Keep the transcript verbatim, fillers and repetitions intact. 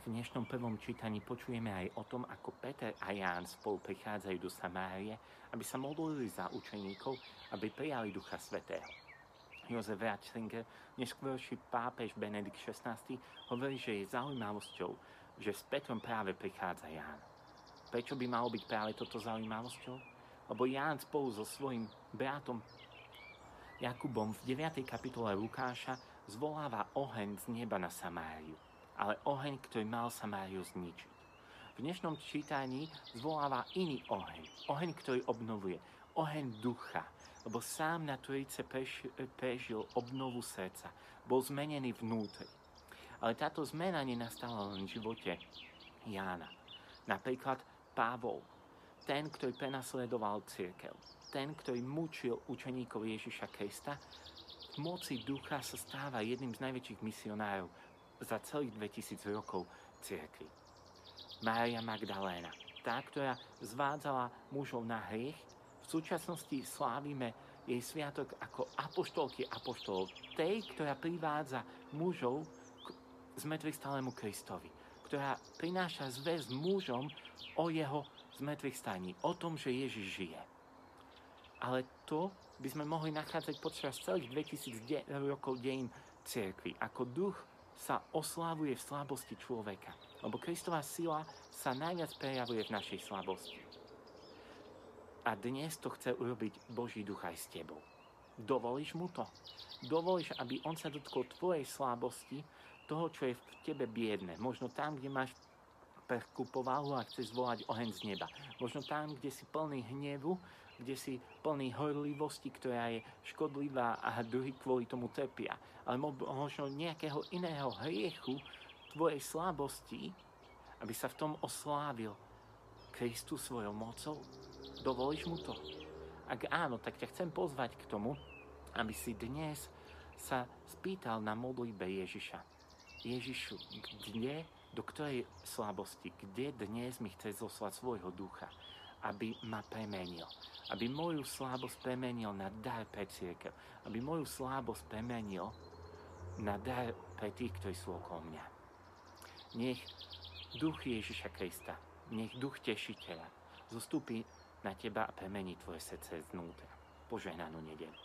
v dnešnom prvom čítaní počujeme aj o tom, ako Peter a Ján spolu prichádzajú do Samárie, aby sa modlili za učeníkov, aby prijali Ducha Svätého. Jozef Ratzinger, neskôrší pápež Benedikt šestnásty, hovorí, že je zaujímavosťou, že s Petrom práve prichádza Ján. Prečo by malo byť práve toto zaujímavosťou? Lebo Ján spolu so svojím bratom Jakubom v deviatej kapitole Lukáša zvoláva oheň z neba na Samáriu, ale oheň, ktorý mal Samáriu zničiť. V dnešnom čítaní zvoláva iný oheň, oheň, ktorý obnovuje, oheň ducha, lebo sám na Trojice prežil obnovu srdca, bol zmenený vnútri. Ale táto zmena nenastala len v živote Jána. Napríklad Pavol, ten, ktorý prenasledoval cirkev, ten, ktorý mučil učeníkov Ježiša Krista, v moci ducha sa stáva jedným z najväčších misionárov za celých dvetisíc rokov cirkvi. Mária Magdaléna, tá, ktorá zvádzala mužov na hriech, v súčasnosti slávime jej sviatok ako apoštolky apoštolov, tej, ktorá privádza mužov k zmŕtvychvstalému Kristovi, ktorá prináša zväzť mužom o jeho zmŕtvychvstaní, o tom, že Ježiš žije. Ale to by sme mohli nachádzať počas celých dvetisíc de- rokov dejín cirkvi, ako duch sa oslávuje v slabosti človeka, lebo Kristova sila sa najviac prejavuje v našej slabosti. A dnes to chce urobiť Boží duch aj s tebou. Dovolíš mu to? Dovolíš, aby on sa dotkol tvojej slabosti, toho, čo je v tebe biedne. Možno tam, kde máš prchku povahu a chceš zvolať oheň z neba. Možno tam, kde si plný hnevu, kde si plný horlivosti, ktorá je škodlivá a druhý kvôli tomu trpia. Ale možno nejakého iného hriechu, tvojej slabosti, aby sa v tom oslávil Kristus svojou mocou. Dovolíš mu to? Ak áno, tak ťa chcem pozvať k tomu, aby si dnes sa spýtal na modlitbe Ježiša. Ježišu, kde, do ktorej slabosti, kde dnes mi chce zoslať svojho ducha, aby ma premenil, aby moju slabosť premenil na dar pre cirkev, aby moju slabosť premenil na dar pre tých, ktorí sú okolo mňa. Nech duch Ježiša Krista, nech duch Tešiteľa zostúpi na teba a premení tvoje srdce znútra. Požehnanú nedeľu.